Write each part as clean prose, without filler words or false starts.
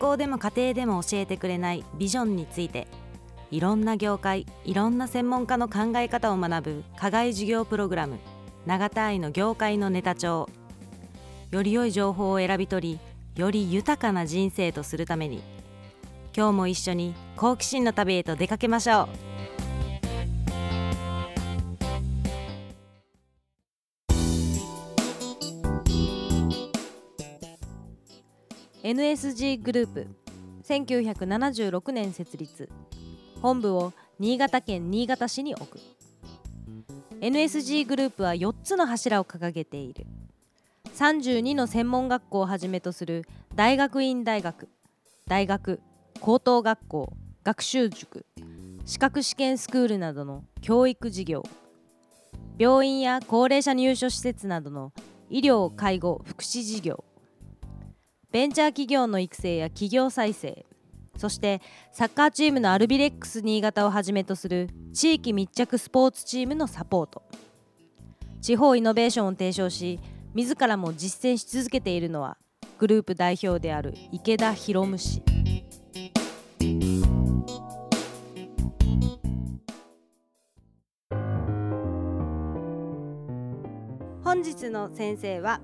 校でも家庭でも教えてくれないビジョンについて、いろんな業界、いろんな専門家の考え方を学ぶ課外授業プログラム、永田愛の業界のネタ帳。より良い情報を選び取り、より豊かな人生とするために、今日も一緒に好奇心の旅へと出かけましょう。NSG グループ、1976年設立。本部を新潟県新潟市に置く。 NSG グループは4つの柱を掲げている。32の専門学校をはじめとする大学院大学、大学、高等学校、学習塾、資格試験スクールなどの教育事業、病院や高齢者入所施設などの医療・介護・福祉事業、ベンチャー企業の育成や企業再生、そしてサッカーチームのアルビレックス新潟をはじめとする地域密着スポーツチームのサポート、地方イノベーションを提唱し、自らも実践し続けているのはグループ代表である池田博夢氏。本日の先生は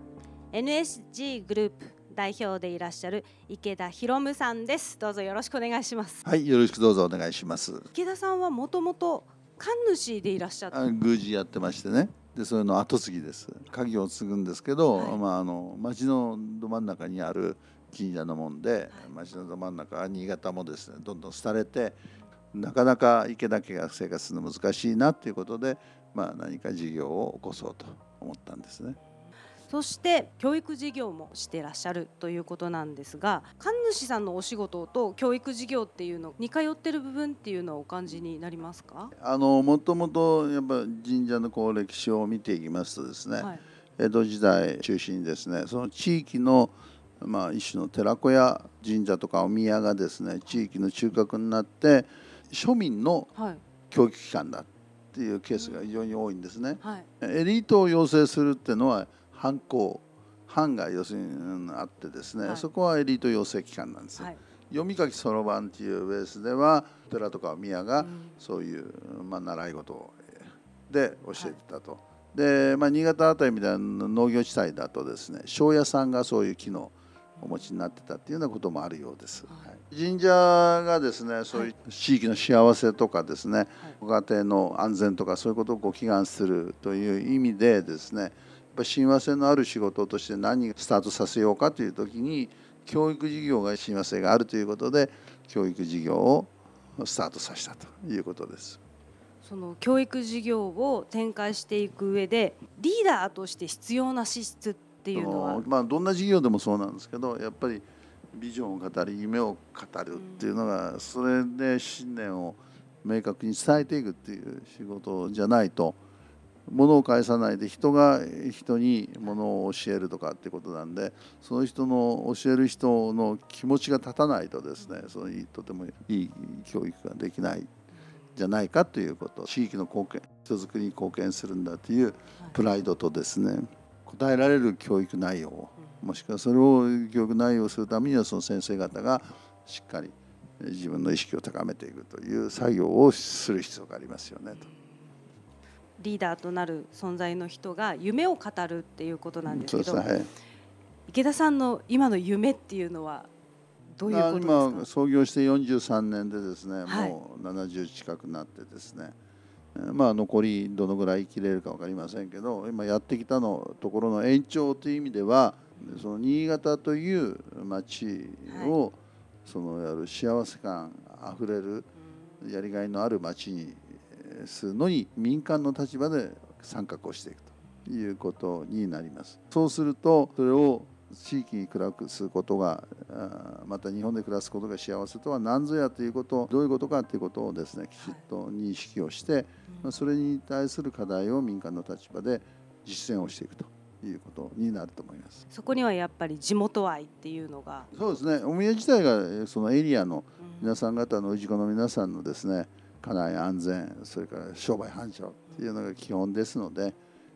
NSG グループ代表でいらっしゃる池田博夢さんです。どうぞよろしくお願いします。 はい、よろしくどうぞお願いします。 池田さんはもともと神主でいらっしゃった。 宮司やってましてね。でそれの後継ぎです。家業を継ぐんですけど、町のど真ん中にある神社のもんで、町のど真ん中は新潟もですね、どんどん廃れて、なかなか池田家が生活するの難しいなということで、何か事業を起こそうと思ったんですね。 そして教育事業もしてらっしゃるということなんですが、神主さんのお仕事と教育事業っていうの似通ってる部分っていうのをお感じになりますか？ もともとやっぱ神社の歴史を見ていきますとですね、江戸時代中心にですね、その地域の一種の寺子屋神社とかお宮がですね、地域の中核になって庶民の教育機関だっていうケースが非常に多いんですね。エリートを養成するっていうのは藩が要するにあってですね、そこはエリート養成機関なんです。読み書きそろばんっていうベースでは寺とか宮がそういう、習い事で教えてたと。で、新潟あたりみたいな農業地帯だとですね、庄屋さんがそういう機能をお持ちになってたっていうようなこともあるようです。神社がですね、そういう地域の幸せとかですね、ご家庭の安全とかそういうことをご祈願するという意味でですね、親和性のある仕事として何をスタートさせようかという時に、教育事業が親和性があるということで教育事業をスタートさせたということです。 その教育事業を展開していく上でリーダーとして必要な資質っていうのは、 どんな事業でもそうなんですけど、やっぱりビジョンを語り夢を語るっていうのが、それで信念を明確に伝えていくっていう仕事じゃないと、物を返さないで人が人に物を教えるとかってことなんで、その人の教える人の気持ちが立たないとですね、とてもいい教育ができないじゃないかということ、地域の貢献、人づくりに貢献するんだというプライドとですね、答えられる教育内容を、もしくはそれを教育内容をするためには、その先生方がしっかり自分の意識を高めていくという作業をする必要がありますよねと。 リーダーとなる存在の人が夢を語るっていうことなんですけど、池田さんの今の夢っていうのはどういうことですか？ 今創業して43年でですね、もう70近くなってですね、残りどのぐらい生きれるか分かりませんけど、今やってきたところの延長という意味では、その新潟という町を、やる幸せ感あふれるやりがいのある町にするのに民間の立場で参画をしていくということになります。そうするとそれを地域に暮らすことが、また日本で暮らすことが幸せとは何ぞやということ、どういうことかということをですね、きちっと認識をして、それに対する課題を民間の立場で実践をしていくということになると思います。 そこにはやっぱり地元愛っていうのが。 そうですね、お宮自体がそのエリアの皆さん方の氏子の皆さんのですね、家内安全、それから商売繁盛っていうのが基本ですので、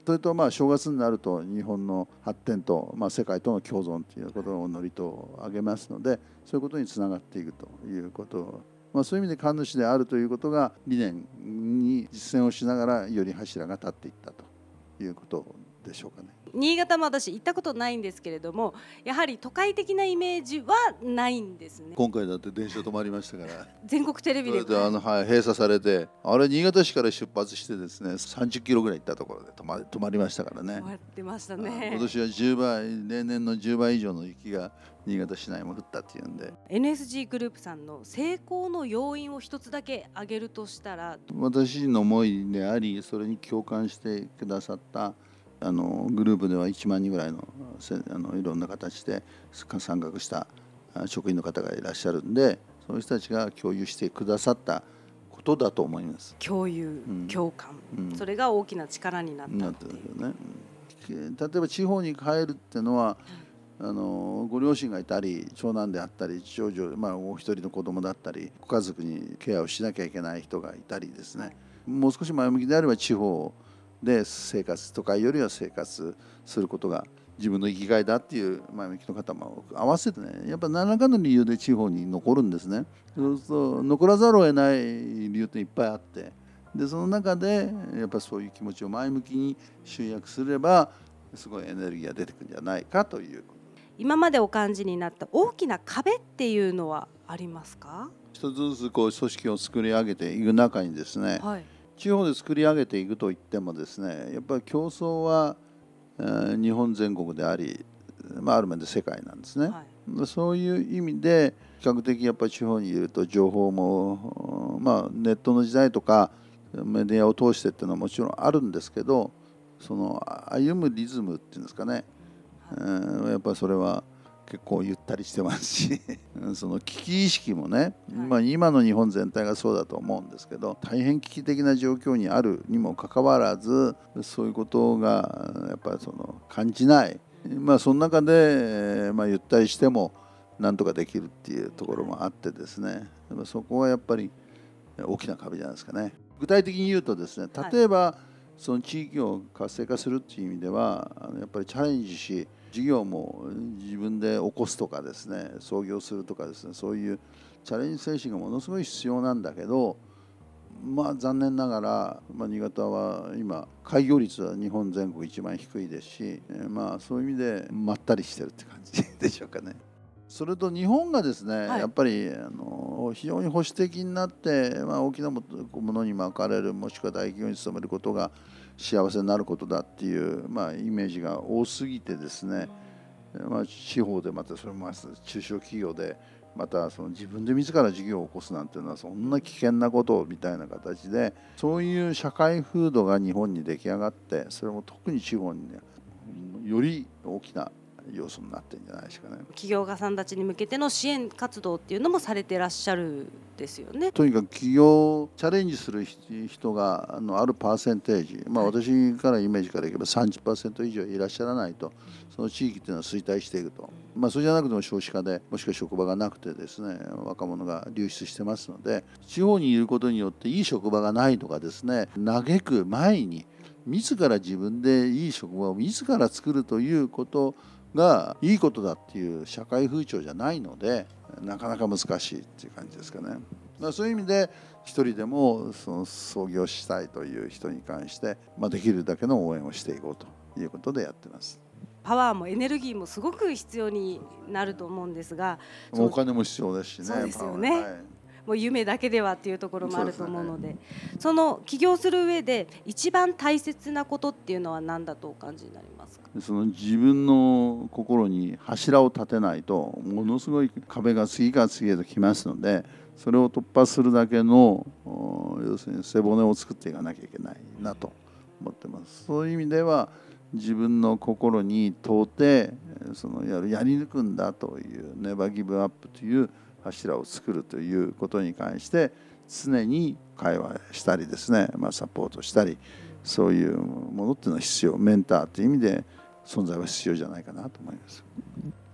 それと正月になると日本の発展と、世界との共存ということを祝詞を挙げますので、そういうことにつながっていくということを、そういう意味で神主であるということが理念に実践をしながらより柱が立っていったということでしょうかね。 新潟も私行ったことないんですけれども、やはり都会的なイメージはないんですね。 今回だって電車止まりましたから全国テレビでそれで閉鎖されて、あれ新潟市から出発してですね30キロぐらい行ったところで止まりましたからね。 止まってましたね。 今年は10倍、例年の10倍以上の雪が新潟市内も降ったっていうんで、 NSG グループさんの成功の要因を一つだけ挙げるとしたら、 私の思いであり、それに共感してくださったグループでは1万人ぐらいのいろんな形で参画した職員の方がいらっしゃるんで、そういう人たちが共有してくださったことだと思います。 共有、共感、それが大きな力になったっていう、 ね。例えば地方に帰るっていうのは、ご両親がいたり長男であったり長女、お一人の子供だったりご家族にケアをしなきゃいけない人がいたりですね、もう少し前向きであれば地方で生活、都会よりは生活することが自分の生きがいだっていう前向きの方も合わせてね、やっぱ何らかの理由で地方に残るんですね。そうすると残らざるを得ない理由っていっぱいあって、でその中でやっぱそういう気持ちを前向きに集約すればすごいエネルギーが出てくるんじゃないかという。 今までお感じになった大きな壁っていうのはありますか？ 一つずつ組織を作り上げていく中にですね、地方で作り上げていくといってもですね、やっぱり競争は日本全国であり、ある面で世界なんですね、そういう意味で比較的やっぱり地方にいると情報も、ネットの時代とかメディアを通してっていうのはもちろんあるんですけど、その歩むリズムっていうんですかね、やっぱりそれは結構ゆったりしてますしその危機意識もね、今の日本全体がそうだと思うんですけど、大変危機的な状況にあるにもかかわらずそういうことがやっぱり感じない、その中で、ゆったりしてもなんとかできるっていうところもあってですね、そこはやっぱり大きな壁じゃないですかね。具体的に言うとですね、例えば、その地域を活性化するっていう意味ではやっぱりチャレンジし、事業も自分で起こすとかですね、創業するとかですね、そういうチャレンジ精神がものすごい必要なんだけど、残念ながら、新潟は今開業率は日本全国一番低いですし、そういう意味でまったりしてるって感じでしょうかね。それと日本がですね、やっぱり非常に保守的になって、大きなものに巻かれる、もしくは大企業に勤めることが幸せになることだっていう、イメージが多すぎてですね、地方でまたそれも中小企業でまた自分で自ら事業を起こすなんていうのはそんな危険なことみたいな形で、そういう社会風土が日本に出来上がって、それも特に地方にねより大きな要素になってるんじゃないですかね。 起業家さんたちに向けての支援活動っていうのもされてらっしゃるですよね。 とにかく起業チャレンジする人があるパーセンテージ、私からイメージからいけば 30% 以上いらっしゃらないと、その地域っていうのは衰退していくと。それじゃなくても少子化で、もしくは職場がなくてですね、若者が流出してますので、地方にいることによっていい職場がないとかですね、嘆く前に自ら自分でいい職場を自ら作るということがいいことだっていう社会風潮じゃないので、なかなか難しいっていう感じですかね。そういう意味で一人でも創業したいという人に関して、できるだけの応援をしていこうということでやってます。 パワーもエネルギーもすごく必要になると思うんですが、 お金も必要ですしね。 そうですよね。もう夢だけではっていうところもあると思うので、その起業する上で一番大切なことっていうのは何だとお感じになりますか？ 自分の心に柱を立てないとものすごい壁が次から次へと来ますので、それを突破するだけの要するに背骨を作っていかなきゃいけないなと思ってます。そういう意味では自分の心に問うてやり抜くんだというネバーギブアップという柱を作るということに関して常に会話したりですね、サポートしたり、そういうものっていうのは必要、メンターという意味で存在は必要じゃないかなと思います。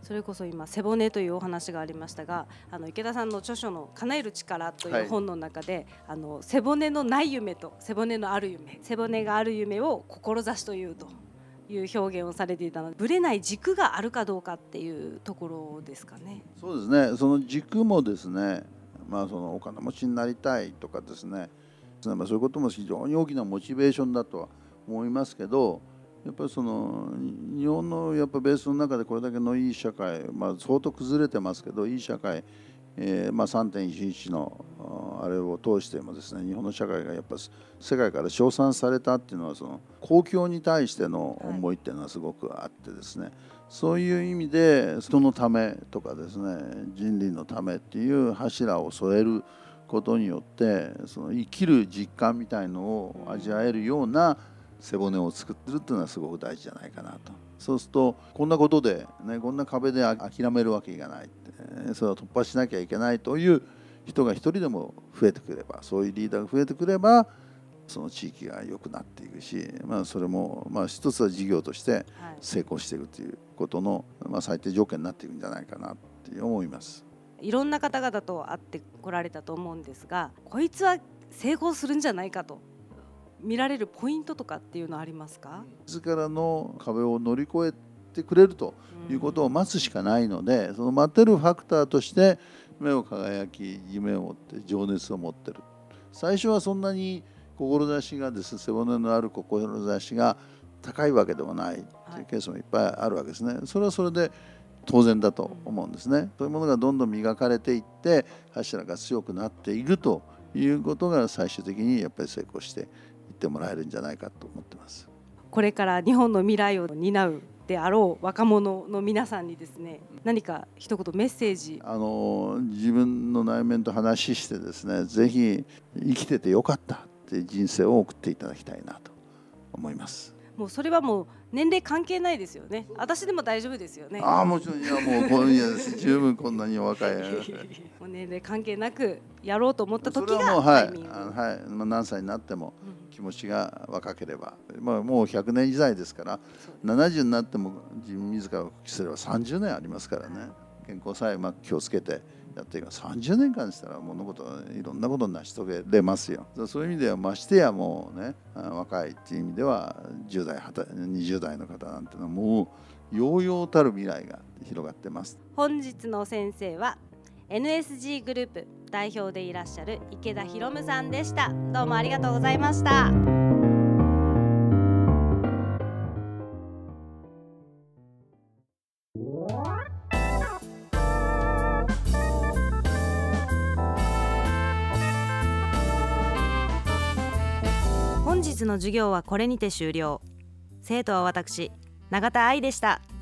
それこそ今背骨というお話がありましたが、池田さんの著書の叶える力という本の中で、背骨のない夢と背骨のある夢、背骨がある夢を志というという表現をされていたので、ぶれない軸があるかどうかっていうところですかね。 そうですね。その軸もですね、そのお金持ちになりたいとかですね、そういうことも非常に大きなモチベーションだとは思いますけど、やっぱりその日本のやっぱベースの中でこれだけのいい社会、相当崩れてますけどいい社会、3.11 のあれを通してもですね、日本の社会がやっぱ世界から称賛されたっていうのは、その公共に対しての思いっていうのはすごくあってですね、そういう意味で人のためとかですね、人類のためっていう柱を添えることによって、その生きる実感みたいのを味わえるような背骨を作ってるっていうのはすごく大事じゃないかなと。そうするとこんなことで、こんな壁で諦めるわけがないって、それを突破しなきゃいけないという人が一人でも増えてくれば、そういうリーダーが増えてくれば、その地域が良くなっていくし、それも一つは事業として成功していくということの最低条件になっていくんじゃないかなって思います。 いろんな方々と会ってこられたと思うんですが、こいつは成功するんじゃないかと見られるポイントとかっていうのはありますか？ 自らの壁を乗り越えてくれるということを待つしかないので、その待てるファクターとして目を輝き、夢を持って情熱を持ってる。最初はそんなに志がですね、背骨のある志が高いわけでもないというケースもいっぱいあるわけですね。それはそれで当然だと思うんですね。そういうものがどんどん磨かれていって柱が強くなっているということが最終的にやっぱり成功していってもらえるんじゃないかと思ってます。 これから日本の未来を担うであろう若者の皆さんにですね、何か一言メッセージ。 自分の内面と話してですね、ぜひ生きててよかったっていう人生を送っていただきたいなと思います。 もうそれはもう年齢関係ないですよね。私でも大丈夫ですよね。 もちろん、いやもう今夜十分こんなに若いもう年齢関係なくやろうと思った時がタイミング。 何歳になっても気持ちが若ければ、もう100年時代ですから、70になっても自らを復帰すれば30年ありますからね。健康さえ気をつけてやっていく30年間したら物事いろんなことを成し遂げれますよ。そういう意味ではましてやもうね、若いっていう意味では10代20代の方なんてのはもう揚々たる未来が広がってます。 本日の先生は NSG グループ代表でいらっしゃる池田博夢さんでした。どうもありがとうございました。本日の授業はこれにて終了。生徒は私、永田愛でした。